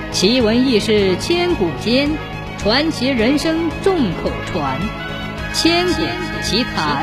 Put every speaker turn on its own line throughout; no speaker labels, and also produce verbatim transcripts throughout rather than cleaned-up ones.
奇闻异事千古间，传奇人生众口传。千古奇谈。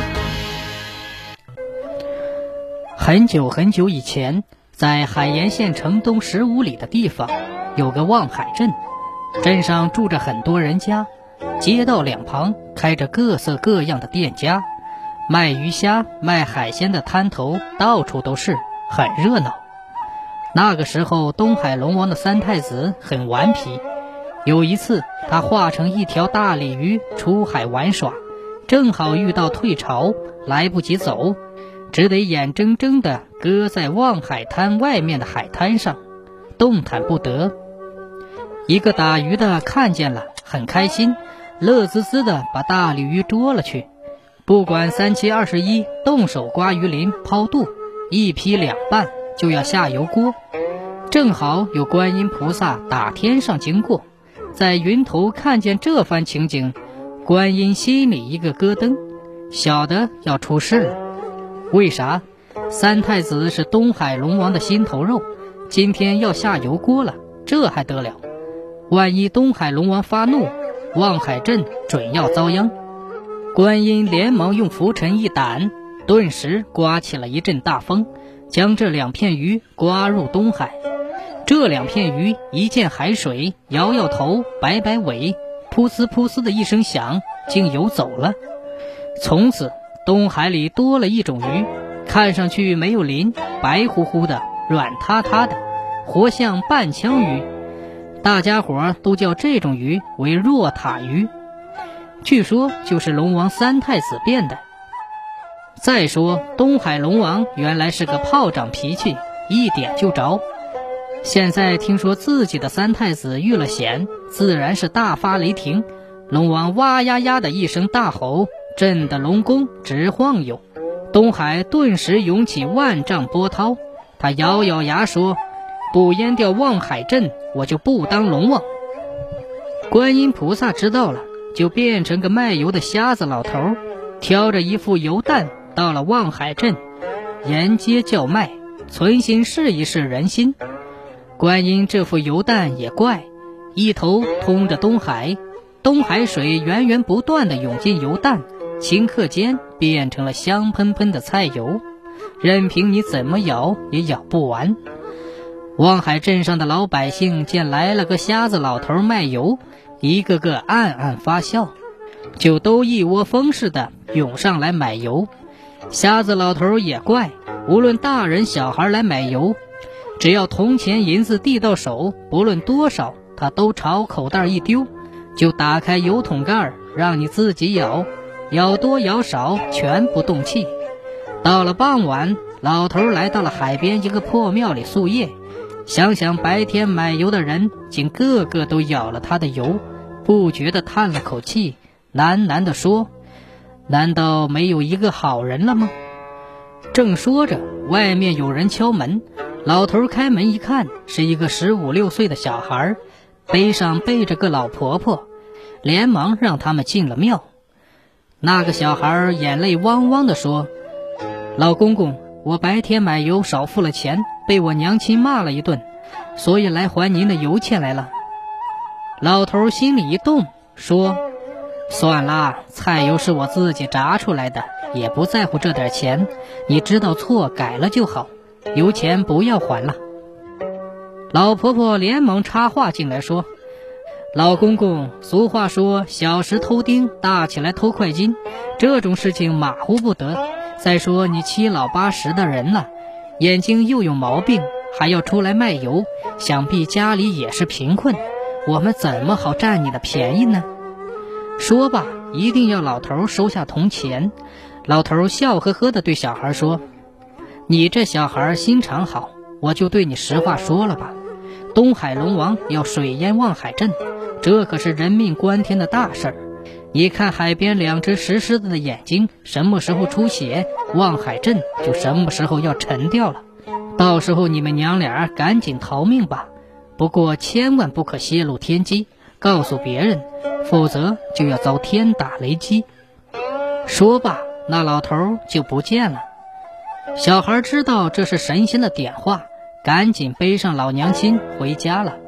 很久很久以前，在海盐县城东十五里的地方，有个望海镇。镇上住着很多人家，街道两旁开着各色各样的店家，卖鱼虾、卖海鲜的摊头到处都是，很热闹。那个时候，东海龙王的三太子很顽皮。有一次，他化成一条大鲤鱼出海玩耍，正好遇到退潮，来不及走，只得眼睁睁地搁在望海滩外面的海滩上，动弹不得。一个打鱼的看见了，很开心，乐滋滋地把大鲤鱼捉了去，不管三七二十一，动手刮鱼鳞抛肚，一劈两半，就要下油锅。正好有观音菩萨打天上经过，在云头看见这番情景，观音心里一个咯噔，晓得要出事了。为啥？三太子是东海龙王的心头肉，今天要下油锅了，这还得了？万一东海龙王发怒，望海镇准要遭殃。观音连忙用拂尘一掸，顿时刮起了一阵大风，将这两片鱼刮入东海。这两片鱼一见海水，摇摇头，摆摆尾，噗呲噗呲的一声响，竟游走了。从此东海里多了一种鱼，看上去没有鳞，白乎乎的，软塌塌的，活像半枪鱼。大家伙都叫这种鱼为若塔鱼，据说就是龙王三太子变的。再说东海龙王原来是个炮仗脾气，一点就着。现在听说自己的三太子遇了险，自然是大发雷霆。龙王哇呀呀的一声大吼，震得龙宫直晃悠，东海顿时涌起万丈波涛。他咬咬牙说，不淹掉望海镇，我就不当龙王。观音菩萨知道了，就变成个卖油的瞎子老头，挑着一副油担到了望海镇，沿街叫卖，存心试一试人心。观音这副油担也怪，一头通着东海，东海水源源不断地涌进油担，顷刻间变成了香喷喷的菜油，任凭你怎么舀也舀不完。望海镇上的老百姓见来了个瞎子老头卖油，一个个暗暗发笑，就都一窝蜂似的涌上来买油。瞎子老头也怪，无论大人小孩来买油，只要铜钱银子递到手，不论多少，他都朝口袋一丢，就打开油桶盖，让你自己舀，舀多舀少全不动气。到了傍晚，老头来到了海边一个破庙里宿夜，想想白天买油的人竟个个都舀了他的油，不觉地叹了口气，喃喃地说，难道没有一个好人了吗？正说着，外面有人敲门，老头开门一看，是一个十五六岁的小孩，背上背着个老婆婆，连忙让他们进了庙。那个小孩眼泪汪汪地说，老公公，我白天买油少付了钱，被我娘亲骂了一顿，所以来还您的油钱来了。老头心里一动，说，算啦，菜油是我自己榨出来的，也不在乎这点钱，你知道错改了就好，油钱不要还了。老婆婆连忙插话进来说，老公公，俗话说小时偷丁，大起来偷快金，这种事情马虎不得。再说你七老八十的人了，眼睛又有毛病，还要出来卖油，想必家里也是贫困，我们怎么好占你的便宜呢？说吧，一定要老头收下铜钱。老头笑呵呵地对小孩说，你这小孩心肠好，我就对你实话说了吧，东海龙王要水淹望海镇，这可是人命关天的大事儿。你看海边两只石狮子的眼睛，什么时候出血，望海镇就什么时候要沉掉了，到时候你们娘俩赶紧逃命吧，不过千万不可泄露天机，告诉别人，否则就要遭天打雷击。说罢，那老头就不见了。小孩知道这是神仙的点化，赶紧背上老娘亲回家了。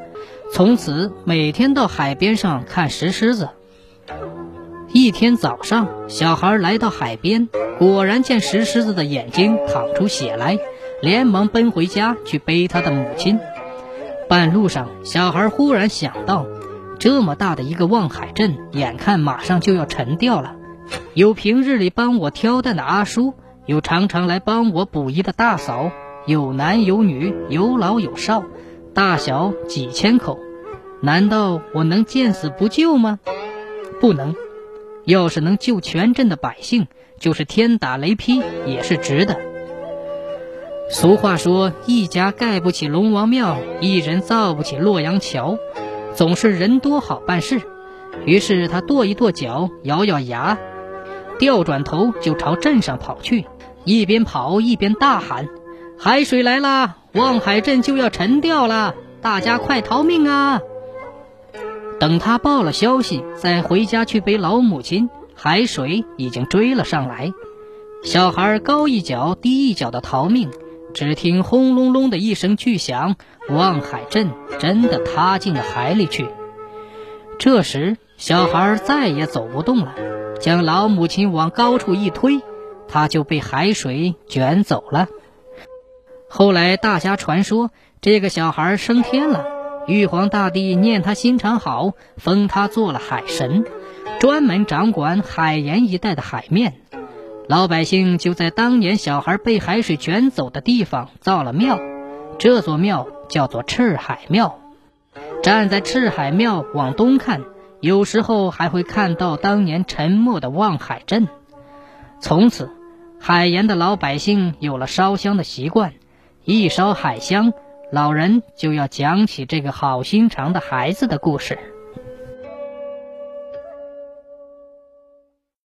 从此每天到海边上看石狮子。一天早上，小孩来到海边，果然见石狮子的眼睛淌出血来，连忙奔回家去背他的母亲。半路上，小孩忽然想到，这么大的一个望海镇，眼看马上就要沉掉了，有平日里帮我挑担的阿叔，有常常来帮我捕鱼的大嫂，有男有女，有老有少，大小几千口，难道我能见死不救吗？不能，要是能救全镇的百姓，就是天打雷劈也是值的。俗话说，一家盖不起龙王庙，一人造不起洛阳桥，总是人多好办事。于是他跺一跺脚，咬咬牙，调转头就朝镇上跑去，一边跑一边大喊：海水来啦，望海镇就要沉掉了，大家快逃命啊！等他报了消息，再回家去背老母亲，海水已经追了上来。小孩高一脚低一脚的逃命，只听轰隆隆的一声巨响，望海镇真的塌进了海里去。这时小孩再也走不动了，将老母亲往高处一推，他就被海水卷走了。后来大家传说，这个小孩升天了，玉皇大帝念他心肠好，封他做了海神，专门掌管海盐一带的海面。老百姓就在当年小孩被海水卷走的地方造了庙，这座庙叫做赤海庙。站在赤海庙往东看，有时候还会看到当年沉没的望海镇。从此海盐的老百姓有了烧香的习惯，一烧海香，老人就要讲起这个好心肠的孩子的故事。